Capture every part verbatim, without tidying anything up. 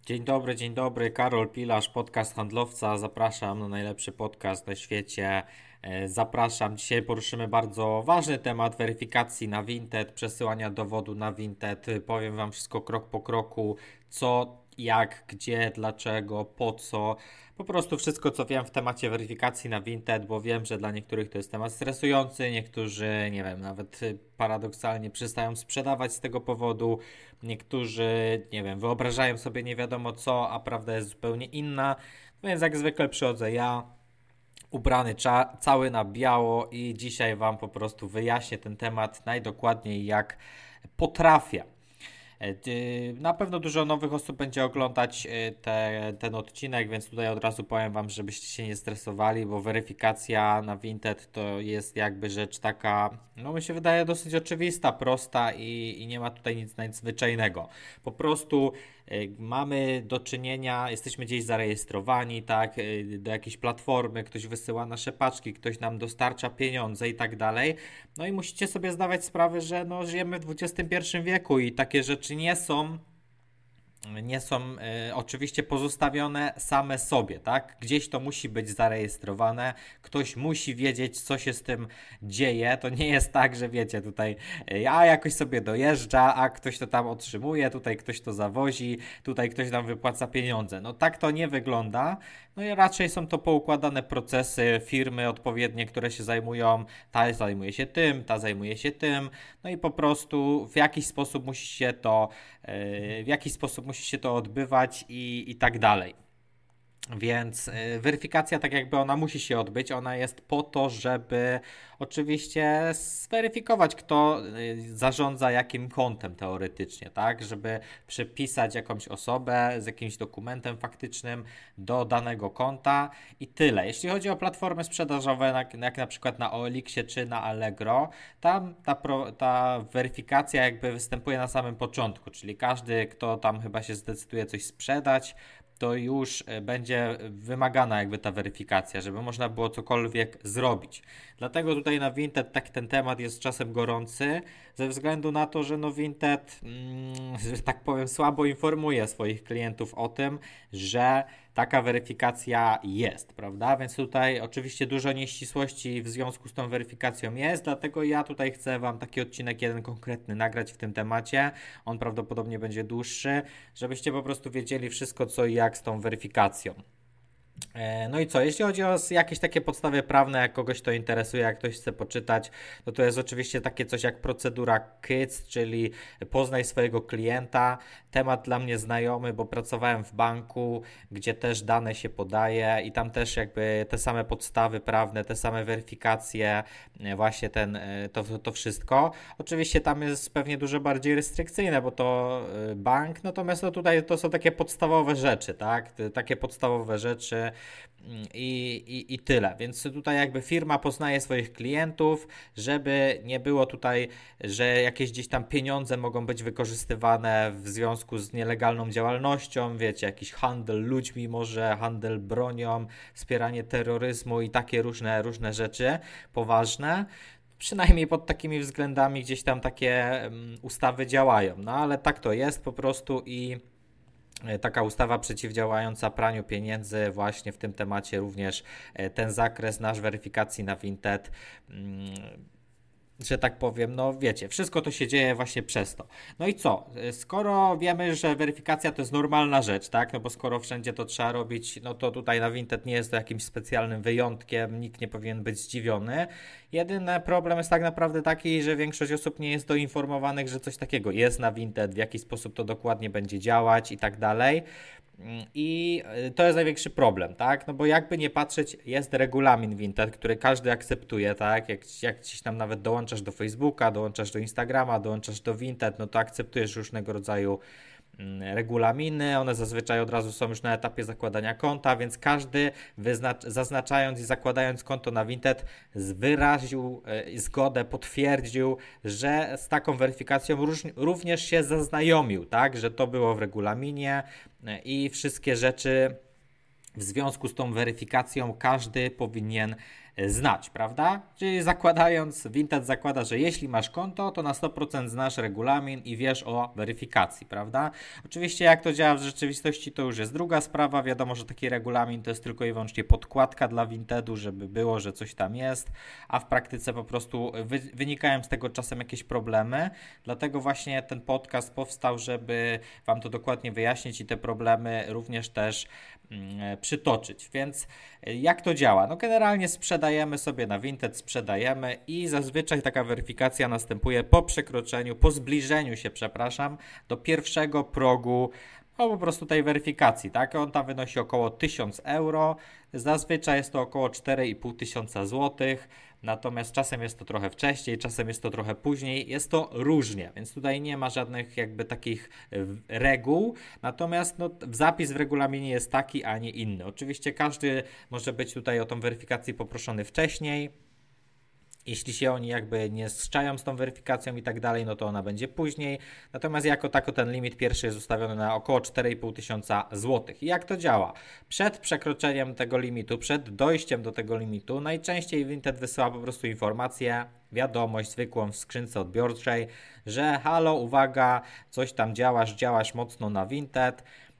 Dzień dobry, dzień dobry. Karol Pilarz, podcast handlowca. Zapraszam na najlepszy podcast na świecie. E, Zapraszam. Dzisiaj poruszymy bardzo ważny temat weryfikacji na Vinted, przesyłania dowodu na Vinted. Powiem Wam wszystko krok po kroku, co, jak, gdzie, dlaczego, po co. Po prostu wszystko, co wiem w temacie weryfikacji na Vinted, bo wiem, że dla niektórych to jest temat stresujący, niektórzy, nie wiem, nawet paradoksalnie przestają sprzedawać z tego powodu. Niektórzy, nie wiem, wyobrażają sobie nie wiadomo co, a prawda jest zupełnie inna. No więc jak zwykle przychodzę ja, ubrany cza- cały na biało i dzisiaj Wam po prostu wyjaśnię ten temat najdokładniej jak potrafię. E, Na pewno dużo nowych osób będzie oglądać e, te, ten odcinek, więc tutaj od razu powiem Wam, żebyście się nie stresowali, bo weryfikacja na Vinted to jest jakby rzecz taka, no mi się wydaje dosyć oczywista, prosta i, i nie ma tutaj nic nadzwyczajnego. Po prostu e, mamy do czynienia, jesteśmy gdzieś zarejestrowani, tak, e, do jakiejś platformy, ktoś wysyła nasze paczki, ktoś nam dostarcza pieniądze i tak dalej. No i musicie sobie zdawać sprawę, że no, żyjemy w dwudziestym pierwszym wieku i takie rzeczy nie są nie są e, oczywiście pozostawione same sobie, tak? Gdzieś to musi być zarejestrowane, ktoś musi wiedzieć, co się z tym dzieje. To nie jest tak, że wiecie, tutaj e, ja jakoś sobie dojeżdża, a ktoś to tam otrzymuje, tutaj ktoś to zawozi, tutaj ktoś nam wypłaca pieniądze. No tak to nie wygląda. No i raczej są to poukładane procesy, firmy odpowiednie, które się zajmują, ta zajmuje się tym, ta zajmuje się tym, no i po prostu w jakiś sposób musi się to, e, w jakiś sposób musi się to odbywać i, i tak dalej. Więc y, weryfikacja, tak jakby ona musi się odbyć, ona jest po to, żeby oczywiście zweryfikować, kto y, zarządza jakim kontem teoretycznie, tak? Żeby przypisać jakąś osobę z jakimś dokumentem faktycznym do danego konta i tyle. Jeśli chodzi o platformy sprzedażowe, jak, jak na przykład na O L X ie czy na Allegro, tam ta, pro, ta weryfikacja jakby występuje na samym początku, czyli każdy, kto tam chyba się zdecyduje coś sprzedać, to już e, będzie wymagana jakby ta weryfikacja, żeby można było cokolwiek zrobić. Dlatego tutaj na Vinted tak ten temat jest czasem gorący, ze względu na to, że no Vinted, mm, że tak powiem, słabo informuje swoich klientów o tym, że taka weryfikacja jest, prawda? Więc tutaj oczywiście dużo nieścisłości w związku z tą weryfikacją jest, dlatego ja tutaj chcę Wam taki odcinek jeden konkretny nagrać w tym temacie. On prawdopodobnie będzie dłuższy, żebyście po prostu wiedzieli wszystko co i jak z tą weryfikacją. E, No i co, jeśli chodzi o jakieś takie podstawy prawne, jak kogoś to interesuje, jak ktoś chce poczytać, to to jest oczywiście takie coś jak procedura K Y C, czyli poznaj swojego klienta. Temat dla mnie znajomy, bo pracowałem w banku, gdzie też dane się podaje i tam też jakby te same podstawy prawne, te same weryfikacje, e, właśnie ten, e, to, to wszystko. Oczywiście tam jest pewnie dużo bardziej restrykcyjne, bo to e, bank, natomiast no tutaj to są takie podstawowe rzeczy, tak? Te- Takie podstawowe rzeczy i, i, i tyle. Więc tutaj jakby firma poznaje swoich klientów, żeby nie było tutaj, że jakieś gdzieś tam pieniądze mogą być wykorzystywane w związku z nielegalną działalnością, wiecie, jakiś handel ludźmi, może handel bronią, wspieranie terroryzmu i takie różne, różne rzeczy poważne. Przynajmniej pod takimi względami gdzieś tam takie um, ustawy działają. No ale tak to jest po prostu i e, taka ustawa przeciwdziałająca praniu pieniędzy właśnie w tym temacie również e, ten zakres nasz weryfikacji na Vinted, mm, że tak powiem, no wiecie, wszystko to się dzieje właśnie przez to. No i co? Skoro wiemy, że weryfikacja to jest normalna rzecz, tak? No bo skoro wszędzie to trzeba robić, no to tutaj na Vinted nie jest to jakimś specjalnym wyjątkiem, nikt nie powinien być zdziwiony. Jedyny problem jest tak naprawdę taki, że większość osób nie jest doinformowanych, że coś takiego jest na Vinted, w jaki sposób to dokładnie będzie działać i tak dalej. I y, to jest największy problem, tak? No bo jakby nie patrzeć, jest regulamin Vinted, który każdy akceptuje, tak? Jak, jak gdzieś tam nawet dołączasz do Facebooka, dołączasz do Instagrama, dołączasz do Vinted, no to akceptujesz różnego rodzaju mm, regulaminy, one zazwyczaj od razu są już na etapie zakładania konta, więc każdy wyznacz, zaznaczając i zakładając konto na Vinted wyraził e, zgodę, potwierdził, że z taką weryfikacją róż, również się zaznajomił, tak, że to było w regulaminie e, i wszystkie rzeczy w związku z tą weryfikacją każdy powinien znać, prawda? Czyli zakładając, Vinted zakłada, że jeśli masz konto, to na sto procent znasz regulamin i wiesz o weryfikacji, prawda? Oczywiście jak to działa w rzeczywistości, to już jest druga sprawa. Wiadomo, że taki regulamin to jest tylko i wyłącznie podkładka dla Vintedu, żeby było, że coś tam jest, a w praktyce po prostu wy, wynikają z tego czasem jakieś problemy. Dlatego właśnie ten podcast powstał, żeby Wam to dokładnie wyjaśnić i te problemy również też mm, przytoczyć. Więc jak to działa? No generalnie sprzedajemy sobie na Vinted, sprzedajemy i zazwyczaj taka weryfikacja następuje po przekroczeniu, po zbliżeniu się, przepraszam, do pierwszego progu, no po prostu tej weryfikacji, tak? On tam wynosi około tysiąc euro, zazwyczaj jest to około cztery i pół tysiąca złotych, natomiast czasem jest to trochę wcześniej, czasem jest to trochę później, jest to różnie, więc tutaj nie ma żadnych jakby takich reguł, natomiast no, zapis w regulaminie jest taki, a nie inny. Oczywiście każdy może być tutaj o tą weryfikację poproszony wcześniej. Jeśli się oni jakby nie zczają z tą weryfikacją i tak dalej, no to ona będzie później. Natomiast jako tako ten limit pierwszy jest ustawiony na około cztery i pół tysiąca złotych. I jak to działa? Przed przekroczeniem tego limitu, przed dojściem do tego limitu, najczęściej Vinted wysyła po prostu informację, wiadomość zwykłą w skrzynce odbiorczej, że halo, uwaga, coś tam działasz, działasz mocno na Vinted.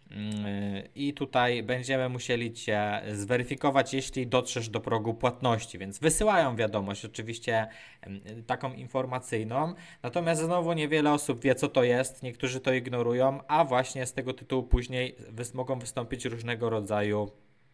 I tutaj będziemy musieli Cię zweryfikować, jeśli dotrzesz do progu płatności, więc wysyłają wiadomość oczywiście taką informacyjną, natomiast znowu niewiele osób wie, co to jest, niektórzy to ignorują, a właśnie z tego tytułu później wys- mogą wystąpić różnego rodzaju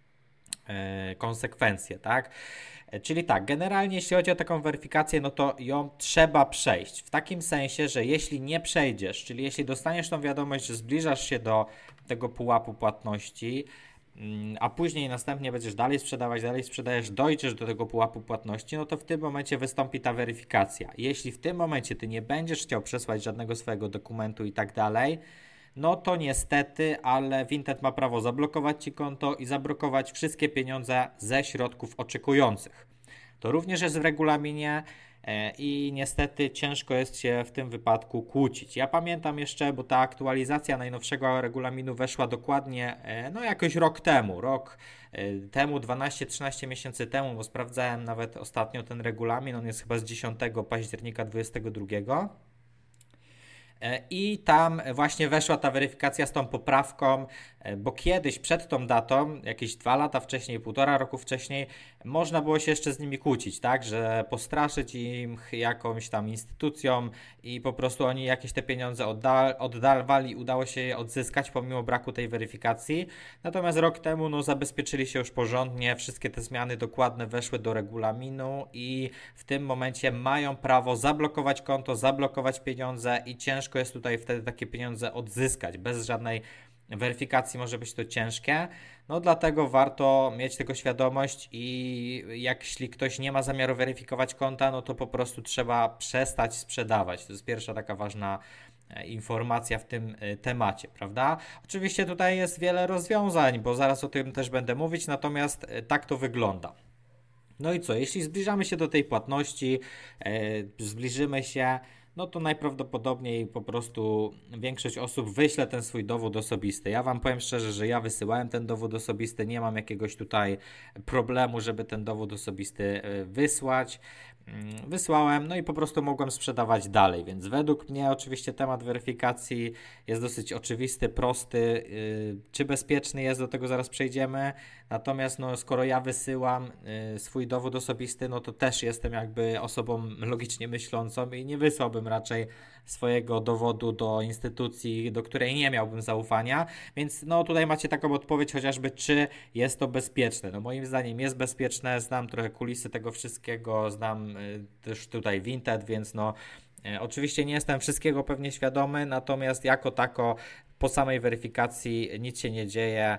e, konsekwencje, tak? Czyli tak, generalnie jeśli chodzi o taką weryfikację, no to ją trzeba przejść. W takim sensie, że jeśli nie przejdziesz, czyli jeśli dostaniesz tą wiadomość, że zbliżasz się do tego pułapu płatności, a później następnie będziesz dalej sprzedawać, dalej sprzedajesz, dojdziesz do tego pułapu płatności, no to w tym momencie wystąpi ta weryfikacja. Jeśli w tym momencie ty nie będziesz chciał przesłać żadnego swojego dokumentu i tak dalej, no to niestety, ale Vinted ma prawo zablokować Ci konto i zablokować wszystkie pieniądze ze środków oczekujących. To również jest w regulaminie e, i niestety ciężko jest się w tym wypadku kłócić. Ja pamiętam jeszcze, bo ta aktualizacja najnowszego regulaminu weszła dokładnie, e, no jakoś rok temu, rok e, temu, dwanaście trzynaście miesięcy temu, bo sprawdzałem nawet ostatnio ten regulamin, on jest chyba z dziesiątego października dwudziestego drugiego. I tam właśnie weszła ta weryfikacja z tą poprawką, bo kiedyś przed tą datą, jakieś dwa lata wcześniej, półtora roku wcześniej, można było się jeszcze z nimi kłócić, tak, że postraszyć im jakąś tam instytucją i po prostu oni jakieś te pieniądze odda- oddawali, udało się je odzyskać pomimo braku tej weryfikacji. Natomiast rok temu no, zabezpieczyli się już porządnie, wszystkie te zmiany dokładne weszły do regulaminu i w tym momencie mają prawo zablokować konto, zablokować pieniądze i ciężko jest tutaj wtedy takie pieniądze odzyskać. Bez żadnej weryfikacji może być to ciężkie, no dlatego warto mieć tego świadomość i jak jeśli ktoś nie ma zamiaru weryfikować konta, no to po prostu trzeba przestać sprzedawać. To jest pierwsza taka ważna informacja w tym temacie, prawda? Oczywiście tutaj jest wiele rozwiązań, bo zaraz o tym też będę mówić, natomiast tak to wygląda. No i co, jeśli zbliżamy się do tej płatności, yy, zbliżymy się, no to najprawdopodobniej po prostu większość osób wyśle ten swój dowód osobisty. Ja Wam powiem szczerze, że ja wysyłałem ten dowód osobisty, nie mam jakiegoś tutaj problemu, żeby ten dowód osobisty wysłać. Wysłałem, no i po prostu mogłem sprzedawać dalej, więc według mnie oczywiście temat weryfikacji jest dosyć oczywisty, prosty, yy, czy bezpieczny jest, do tego zaraz przejdziemy, natomiast no, skoro ja wysyłam yy, swój dowód osobisty, no to też jestem jakby osobą logicznie myślącą i nie wysłałbym raczej swojego dowodu do instytucji, do której nie miałbym zaufania, więc no tutaj macie taką odpowiedź chociażby, czy jest to bezpieczne. No moim zdaniem jest bezpieczne, znam trochę kulisy tego wszystkiego, znam y, też tutaj Vinted, więc no y, oczywiście nie jestem wszystkiego pewnie świadomy, natomiast jako tako po samej weryfikacji nic się nie dzieje,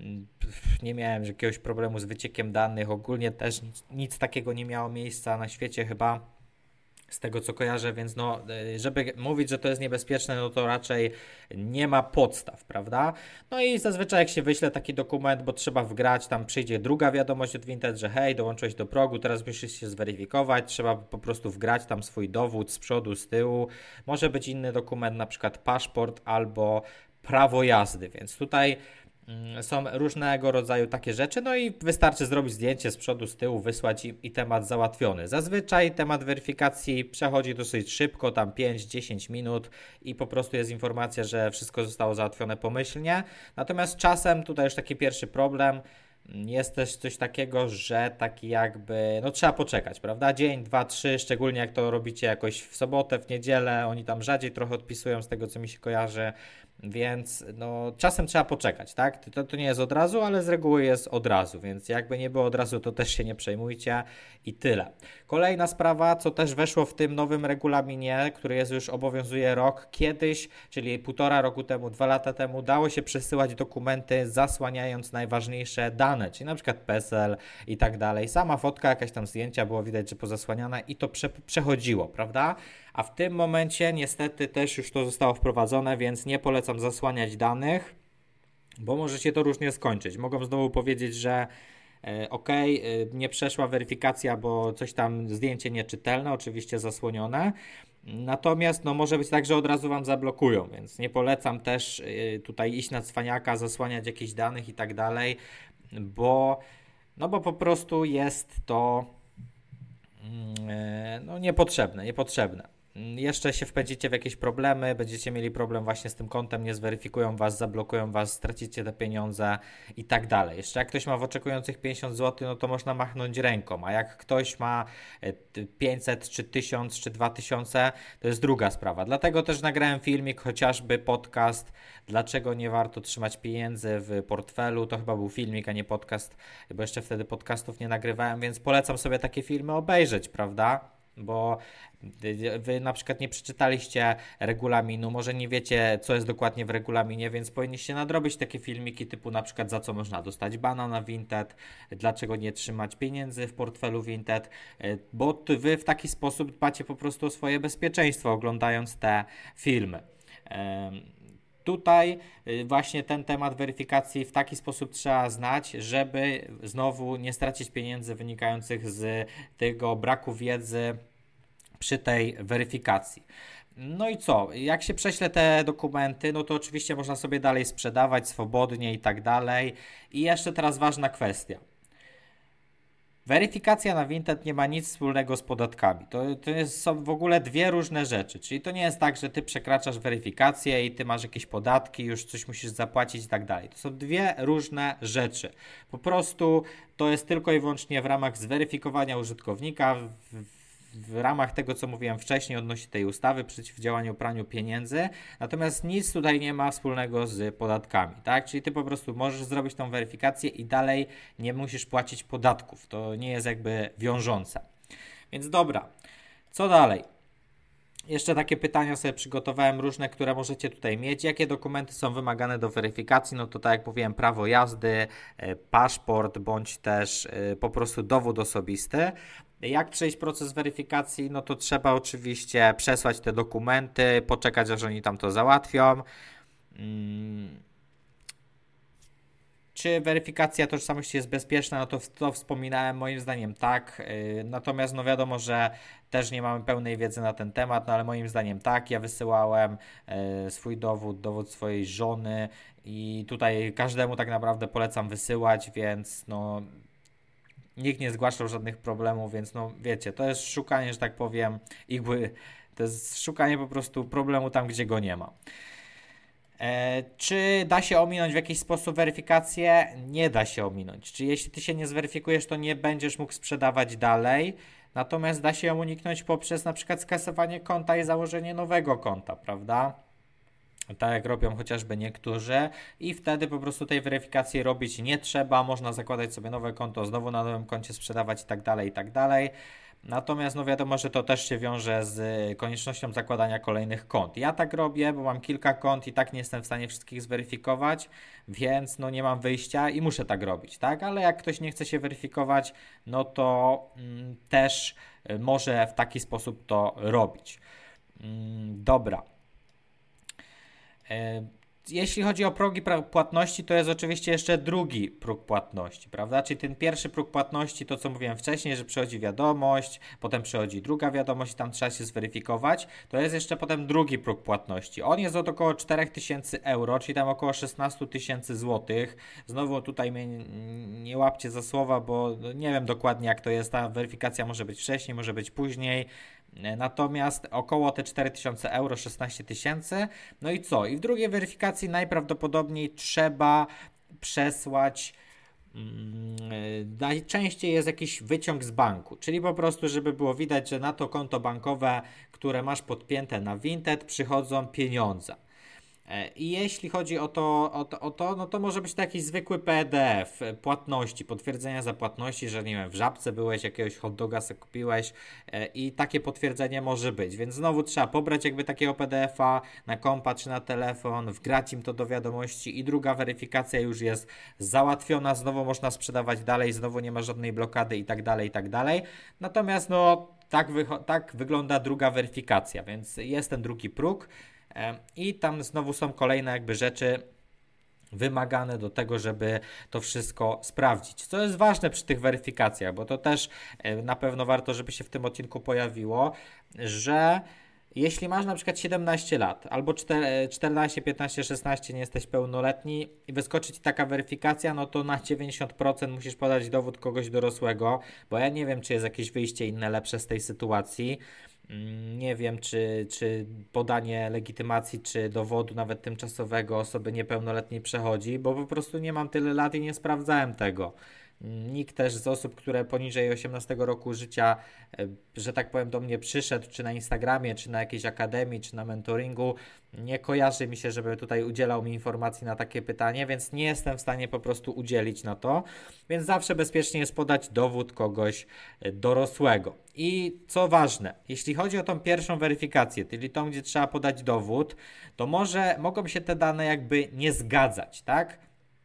nie miałem jakiegoś problemu z wyciekiem danych, ogólnie też nic, nic takiego nie miało miejsca na świecie chyba, z tego co kojarzę, więc no, żeby mówić, że to jest niebezpieczne, no to raczej nie ma podstaw, prawda? No i zazwyczaj jak się wyśle taki dokument, bo trzeba wgrać, tam przyjdzie druga wiadomość od Vinted, że hej, dołączyłeś do progu, teraz musisz się zweryfikować, trzeba po prostu wgrać tam swój dowód z przodu, z tyłu, może być inny dokument, na przykład paszport albo prawo jazdy, więc tutaj Są różnego rodzaju takie rzeczy, no i wystarczy zrobić zdjęcie z przodu, z tyłu, wysłać i, i temat załatwiony. Zazwyczaj temat weryfikacji przechodzi dosyć szybko, tam pięć do dziesięciu minut i po prostu jest informacja, że wszystko zostało załatwione pomyślnie. Natomiast czasem, tutaj już taki pierwszy problem, jest też coś takiego, że taki jakby, no trzeba poczekać, prawda? Dzień, dwa, trzy, szczególnie jak to robicie jakoś w sobotę, w niedzielę, oni tam rzadziej trochę odpisują z tego, co mi się kojarzy, więc no czasem trzeba poczekać, tak? To, to nie jest od razu, ale z reguły jest od razu, więc jakby nie było od razu, to też się nie przejmujcie i tyle. Kolejna sprawa, co też weszło w tym nowym regulaminie, który jest już obowiązuje rok, kiedyś, czyli półtora roku temu, dwa lata temu, dało się przesyłać dokumenty zasłaniając najważniejsze dane, czyli na przykład PESEL i tak dalej. Sama fotka, jakaś tam zdjęcia, było widać, że pozasłaniane i to prze, przechodziło, prawda? A w tym momencie niestety też już to zostało wprowadzone, więc nie polecam zasłaniać danych, bo może się to różnie skończyć. Mogą znowu powiedzieć, że e, ok, e, nie przeszła weryfikacja, bo coś tam zdjęcie nieczytelne, oczywiście zasłonione. Natomiast no, może być tak, że od razu Wam zablokują, więc nie polecam też y, tutaj iść na cwaniaka, zasłaniać jakichś danych i tak dalej, bo, no bo po prostu jest to y, no, niepotrzebne, niepotrzebne. Jeszcze się wpędzicie w jakieś problemy, będziecie mieli problem właśnie z tym kontem, nie zweryfikują Was, zablokują Was, stracicie te pieniądze i tak dalej. Jeszcze jak ktoś ma w oczekujących pięćdziesiąt złotych, no to można machnąć ręką, a jak ktoś ma pięćset, czy tysiąc, czy dwa tysiące, to jest druga sprawa. Dlatego też nagrałem filmik, chociażby podcast, dlaczego nie warto trzymać pieniędzy w portfelu. To chyba był filmik, a nie podcast, bo jeszcze wtedy podcastów nie nagrywałem, więc polecam sobie takie filmy obejrzeć, prawda? Bo Wy na przykład nie przeczytaliście regulaminu, może nie wiecie, co jest dokładnie w regulaminie, więc powinniście nadrobić takie filmiki typu na przykład za co można dostać bana na Vinted, dlaczego nie trzymać pieniędzy w portfelu Vinted, bo Wy w taki sposób dbacie po prostu o swoje bezpieczeństwo, oglądając te filmy. Tutaj właśnie ten temat weryfikacji w taki sposób trzeba znać, żeby znowu nie stracić pieniędzy wynikających z tego braku wiedzy przy tej weryfikacji. No i co? Jak się prześle te dokumenty, no to oczywiście można sobie dalej sprzedawać swobodnie i tak dalej. I jeszcze teraz ważna kwestia. Weryfikacja na Vinted nie ma nic wspólnego z podatkami. To, to jest, są w ogóle dwie różne rzeczy. Czyli to nie jest tak, że ty przekraczasz weryfikację i ty masz jakieś podatki, już coś musisz zapłacić i tak dalej. To są dwie różne rzeczy. Po prostu to jest tylko i wyłącznie w ramach zweryfikowania użytkownika, w, w ramach tego, co mówiłem wcześniej odnośnie tej ustawy przeciwdziałaniu praniu pieniędzy, natomiast nic tutaj nie ma wspólnego z podatkami, tak? Czyli ty po prostu możesz zrobić tą weryfikację i dalej nie musisz płacić podatków. To nie jest jakby wiążące. Więc dobra, co dalej? Jeszcze takie pytania sobie przygotowałem różne, które możecie tutaj mieć. Jakie dokumenty są wymagane do weryfikacji? No to tak jak mówiłem, prawo jazdy, paszport, bądź też po prostu dowód osobisty. Jak przejść proces weryfikacji? No to trzeba oczywiście przesłać te dokumenty, poczekać, aż oni tam to załatwią. Hmm. Czy weryfikacja tożsamości jest bezpieczna? No to, to wspominałem, moim zdaniem tak. Yy, natomiast no wiadomo, że też nie mamy pełnej wiedzy na ten temat, no ale moim zdaniem tak. Ja wysyłałem yy, swój dowód, dowód swojej żony i tutaj każdemu tak naprawdę polecam wysyłać, więc no nikt nie zgłaszał żadnych problemów, więc no wiecie, to jest szukanie, że tak powiem, igły, to jest szukanie po prostu problemu tam, gdzie go nie ma. E, czy da się ominąć w jakiś sposób weryfikację? Nie da się ominąć. Czy jeśli ty się nie zweryfikujesz, to nie będziesz mógł sprzedawać dalej, natomiast da się ją uniknąć poprzez na przykład skasowanie konta i założenie nowego konta, prawda? Tak jak robią chociażby niektórzy i wtedy po prostu tej weryfikacji robić nie trzeba, można zakładać sobie nowe konto, znowu na nowym koncie sprzedawać i tak dalej, i tak dalej. Natomiast no wiadomo, że to też się wiąże z koniecznością zakładania kolejnych kont. Ja tak robię, bo mam kilka kont i tak nie jestem w stanie wszystkich zweryfikować, więc no nie mam wyjścia i muszę tak robić, tak? Ale jak ktoś nie chce się weryfikować, no to mm, też może w taki sposób to robić. Mm, dobra. Jeśli chodzi o progi płatności, to jest oczywiście jeszcze drugi próg płatności, prawda? Czyli ten pierwszy próg płatności, to co mówiłem wcześniej, że przychodzi wiadomość, potem przychodzi druga wiadomość i tam trzeba się zweryfikować, to jest jeszcze potem drugi próg płatności. On jest od około cztery tysiące euro, czyli tam około szesnaście tysięcy złotych. Znowu tutaj mnie nie łapcie za słowa, bo nie wiem dokładnie jak to jest, ta weryfikacja może być wcześniej, może być później. Natomiast około te cztery tysiące euro, szesnaście tysięcy. No i co? I w drugiej weryfikacji najprawdopodobniej trzeba przesłać. Mm, najczęściej jest jakiś wyciąg z banku, czyli po prostu, żeby było widać, że na to konto bankowe, które masz podpięte na Vinted, przychodzą pieniądze. I jeśli chodzi o to, o to, o to, no to może być to jakiś zwykły P D F płatności, potwierdzenia za płatności, że nie wiem, w Żabce byłeś, jakiegoś hot doga sobie kupiłeś i takie potwierdzenie może być, więc znowu trzeba pobrać jakby takiego P D F-a na kompa czy na telefon, wgrać im to do wiadomości i druga weryfikacja już jest załatwiona, znowu można sprzedawać dalej, znowu nie ma żadnej blokady i tak dalej, i tak dalej. Natomiast no tak, tak wygląda druga weryfikacja, więc jest ten drugi próg. I tam znowu są kolejne jakby rzeczy wymagane do tego, żeby to wszystko sprawdzić. Co jest ważne przy tych weryfikacjach, bo to też na pewno warto, żeby się w tym odcinku pojawiło, że jeśli masz na przykład siedemnaście lat, albo czternaście, piętnaście, szesnaście, nie jesteś pełnoletni i wyskoczy ci taka weryfikacja, no to na dziewięćdziesiąt procent musisz podać dowód kogoś dorosłego, bo ja nie wiem, czy jest jakieś wyjście inne lepsze z tej sytuacji. Nie wiem, czy, czy podanie legitymacji, czy dowodu nawet tymczasowego osoby niepełnoletniej przechodzi, bo po prostu nie mam tyle lat i nie sprawdzałem tego. Nikt też z osób, które poniżej osiemnastego roku życia, że tak powiem, do mnie przyszedł, czy na Instagramie, czy na jakiejś akademii, czy na mentoringu, nie kojarzy mi się, żeby tutaj udzielał mi informacji na takie pytanie, więc nie jestem w stanie po prostu udzielić na to, więc zawsze bezpiecznie jest podać dowód kogoś dorosłego. I co ważne, jeśli chodzi o tą pierwszą weryfikację, czyli tą, gdzie trzeba podać dowód, to może mogą się te dane jakby nie zgadzać, tak?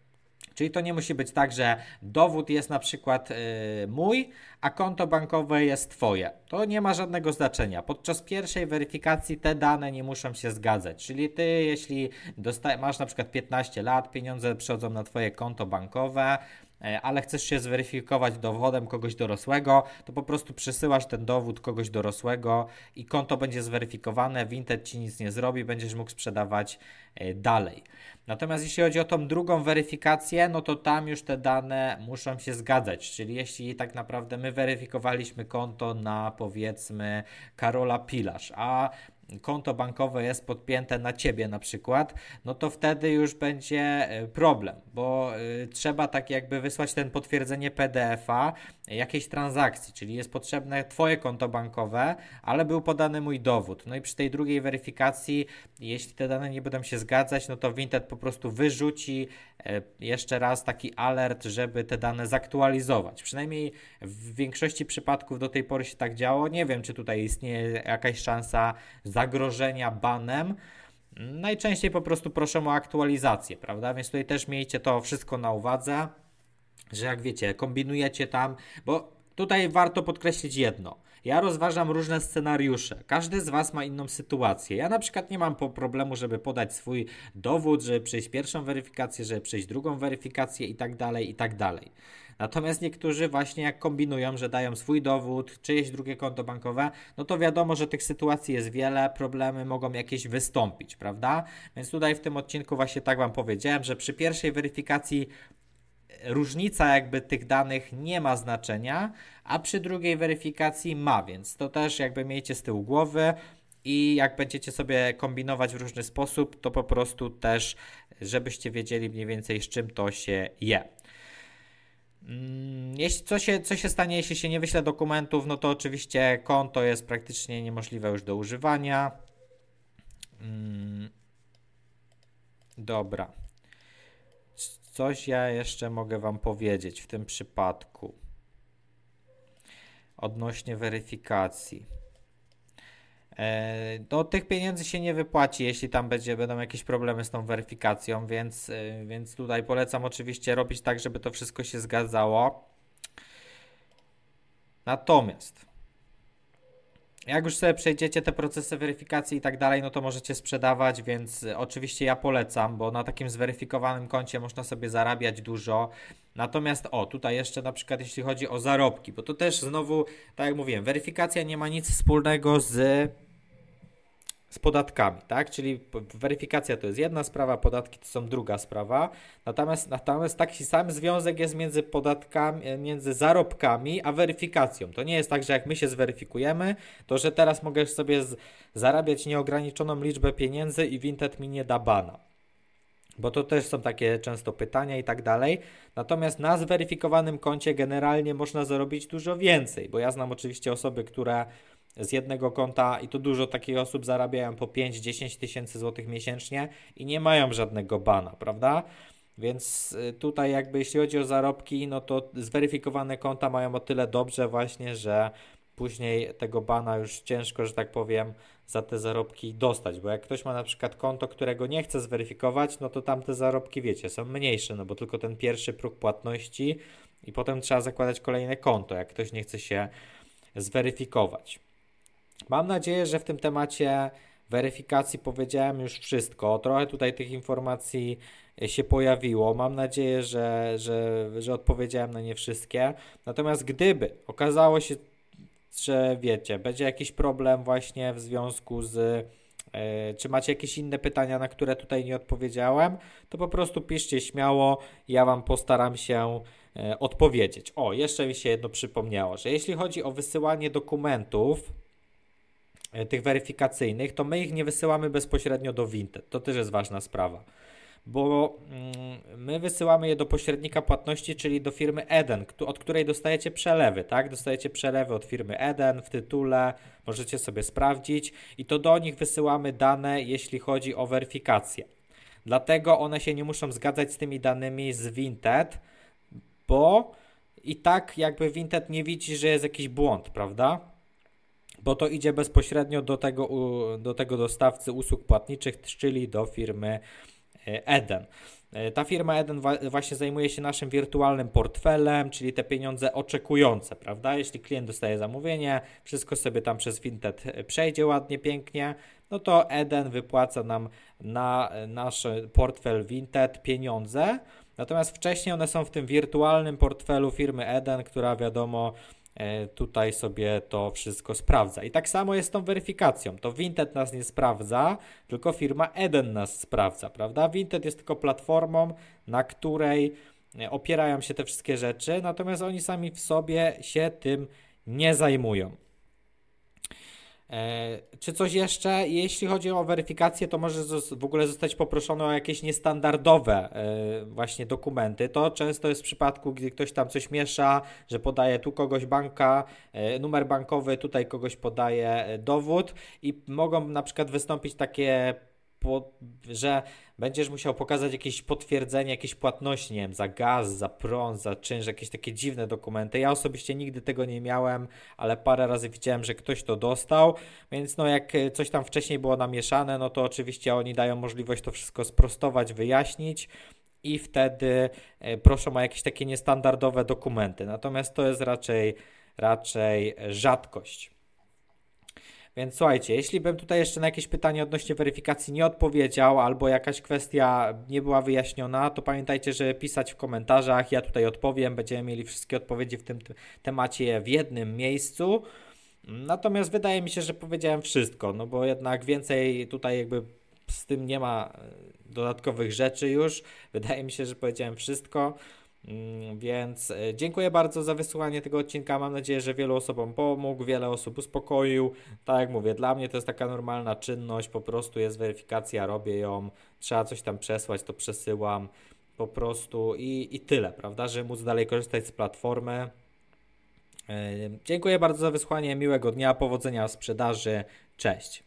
Czyli to nie musi być tak, że dowód jest na przykład yy, mój, a konto bankowe jest twoje. To nie ma żadnego znaczenia. Podczas pierwszej weryfikacji te dane nie muszą się zgadzać. Czyli ty, jeśli dosta- masz na przykład piętnaście lat, pieniądze przychodzą na twoje konto bankowe, ale chcesz się zweryfikować dowodem kogoś dorosłego, to po prostu przesyłasz ten dowód kogoś dorosłego i konto będzie zweryfikowane, Vinted ci nic nie zrobi, będziesz mógł sprzedawać dalej. Natomiast jeśli chodzi o tą drugą weryfikację, no to tam już te dane muszą się zgadzać, czyli jeśli tak naprawdę my weryfikowaliśmy konto na, powiedzmy, Karola Pilarz, a konto bankowe jest podpięte na ciebie na przykład, no to wtedy już będzie problem, bo y, trzeba tak jakby wysłać ten potwierdzenie P D F-a jakiejś transakcji, czyli jest potrzebne twoje konto bankowe, ale był podany mój dowód. No i przy tej drugiej weryfikacji, jeśli te dane nie będą się zgadzać, no to Vinted po prostu wyrzuci y, jeszcze raz taki alert, żeby te dane zaktualizować. Przynajmniej w większości przypadków do tej pory się tak działo. Nie wiem, czy tutaj istnieje jakaś szansa zagrożenia banem. Najczęściej po prostu proszę o aktualizację, prawda? Więc tutaj też miejcie to wszystko na uwadze, że jak wiecie, kombinujecie tam, bo tutaj warto podkreślić jedno. Ja rozważam różne scenariusze. Każdy z Was ma inną sytuację. Ja na przykład nie mam problemu, żeby podać swój dowód, żeby przejść pierwszą weryfikację, żeby przejść drugą weryfikację i tak dalej, i tak dalej. Natomiast niektórzy właśnie jak kombinują, że dają swój dowód, czyjeś drugie konto bankowe, no to wiadomo, że tych sytuacji jest wiele, problemy mogą jakieś wystąpić, prawda? Więc tutaj w tym odcinku właśnie tak Wam powiedziałem, że przy pierwszej weryfikacji różnica jakby tych danych nie ma znaczenia, a przy drugiej weryfikacji ma, więc to też jakby miejcie z tyłu głowy i jak będziecie sobie kombinować w różny sposób, to po prostu też, żebyście wiedzieli mniej więcej z czym to się je. Jeśli co się, co się stanie, jeśli się nie wyśle dokumentów, no to oczywiście konto jest praktycznie niemożliwe już do używania. Dobra. Coś ja jeszcze mogę Wam powiedzieć w tym przypadku odnośnie weryfikacji. Do tych pieniędzy się nie wypłaci, jeśli tam będzie, będą jakieś problemy z tą weryfikacją, więc, więc tutaj polecam oczywiście robić tak, żeby to wszystko się zgadzało. Natomiast Jak już sobie przejdziecie te procesy weryfikacji i tak dalej, no to możecie sprzedawać, więc oczywiście ja polecam, bo na takim zweryfikowanym koncie można sobie zarabiać dużo. Natomiast o, tutaj jeszcze na przykład jeśli chodzi o zarobki, bo to też znowu, tak jak mówiłem, weryfikacja nie ma nic wspólnego z z podatkami, tak? Czyli weryfikacja to jest jedna sprawa, podatki to są druga sprawa. Natomiast, natomiast taki sam związek jest między podatkami, między zarobkami a weryfikacją. To nie jest tak, że jak my się zweryfikujemy, to że teraz mogę sobie z, zarabiać nieograniczoną liczbę pieniędzy i Vinted mi nie da bana. Bo to też są takie często pytania i tak dalej. Natomiast na zweryfikowanym koncie generalnie można zarobić dużo więcej, bo ja znam oczywiście osoby, które z jednego konta i to dużo takich osób zarabiają po pięć do dziesięciu tysięcy złotych miesięcznie i nie mają żadnego bana, prawda? Więc tutaj jakby jeśli chodzi o zarobki, no to zweryfikowane konta mają o tyle dobrze właśnie, że później tego bana już ciężko, że tak powiem, za te zarobki dostać, bo jak ktoś ma na przykład konto, którego nie chce zweryfikować, no to tam te zarobki, wiecie, są mniejsze, no bo tylko ten pierwszy próg płatności i potem trzeba zakładać kolejne konto, jak ktoś nie chce się zweryfikować. Mam nadzieję, że w tym temacie weryfikacji powiedziałem już wszystko. Trochę tutaj tych informacji się pojawiło. Mam nadzieję, że, że, że odpowiedziałem na nie wszystkie. Natomiast gdyby okazało się, że wiecie, będzie jakiś problem właśnie w związku z yy, czy macie jakieś inne pytania, na które tutaj nie odpowiedziałem, to po prostu piszcie śmiało, ja Wam postaram się yy, odpowiedzieć. O, jeszcze mi się jedno przypomniało, że jeśli chodzi o wysyłanie dokumentów tych weryfikacyjnych, to my ich nie wysyłamy bezpośrednio do Vinted. To też jest ważna sprawa, bo mm, my wysyłamy je do pośrednika płatności, czyli do firmy Eden, od której dostajecie przelewy, tak? Dostajecie przelewy od firmy Eden w tytule, możecie sobie sprawdzić i to do nich wysyłamy dane, jeśli chodzi o weryfikację. Dlatego one się nie muszą zgadzać z tymi danymi z Vinted, bo i tak jakby Vinted nie widzi, że jest jakiś błąd, prawda? Bo to idzie bezpośrednio do tego, do tego dostawcy usług płatniczych, czyli do firmy Eden. Ta firma Eden właśnie zajmuje się naszym wirtualnym portfelem, czyli te pieniądze oczekujące, prawda? Jeśli klient dostaje zamówienie, wszystko sobie tam przez Vinted przejdzie ładnie, pięknie, no to Eden wypłaca nam na nasz portfel Vinted pieniądze, natomiast wcześniej one są w tym wirtualnym portfelu firmy Eden, która wiadomo tutaj sobie to wszystko sprawdza. I tak samo jest z tą weryfikacją. To Vinted nas nie sprawdza, tylko firma Eden nas sprawdza, prawda? Vinted jest tylko platformą, na której opierają się te wszystkie rzeczy, natomiast oni sami w sobie się tym nie zajmują. E, czy coś jeszcze? Jeśli chodzi o weryfikację, to może w ogóle zostać poproszone o jakieś niestandardowe e, właśnie dokumenty. To często jest w przypadku, gdy ktoś tam coś miesza, że podaje tu kogoś banka, e, numer bankowy, tutaj kogoś podaje dowód i mogą na przykład wystąpić takie, po, że będziesz musiał pokazać jakieś potwierdzenie, jakieś płatności, nie wiem, za gaz, za prąd, za czynsz, jakieś takie dziwne dokumenty. Ja osobiście nigdy tego nie miałem, ale parę razy widziałem, że ktoś to dostał, więc no jak coś tam wcześniej było namieszane, no to oczywiście oni dają możliwość to wszystko sprostować, wyjaśnić i wtedy proszą o jakieś takie niestandardowe dokumenty. Natomiast to jest raczej, raczej rzadkość. Więc słuchajcie, jeśli bym tutaj jeszcze na jakieś pytanie odnośnie weryfikacji nie odpowiedział albo jakaś kwestia nie była wyjaśniona, to pamiętajcie, żeby pisać w komentarzach, ja tutaj odpowiem, będziemy mieli wszystkie odpowiedzi w tym temacie w jednym miejscu. Natomiast wydaje mi się, że powiedziałem wszystko, no bo jednak więcej tutaj jakby z tym nie ma dodatkowych rzeczy już. Wydaje mi się, że powiedziałem wszystko. Więc dziękuję bardzo za wysłuchanie tego odcinka. Mam nadzieję, że wielu osobom pomógł, wiele osób uspokoił. Tak jak mówię, dla mnie to jest taka normalna czynność, po prostu jest weryfikacja, robię ją, trzeba coś tam przesłać, to przesyłam po prostu i, i tyle, prawda, żeby móc dalej korzystać z platformy. Yy, dziękuję bardzo za wysłuchanie, miłego dnia, powodzenia w sprzedaży, cześć.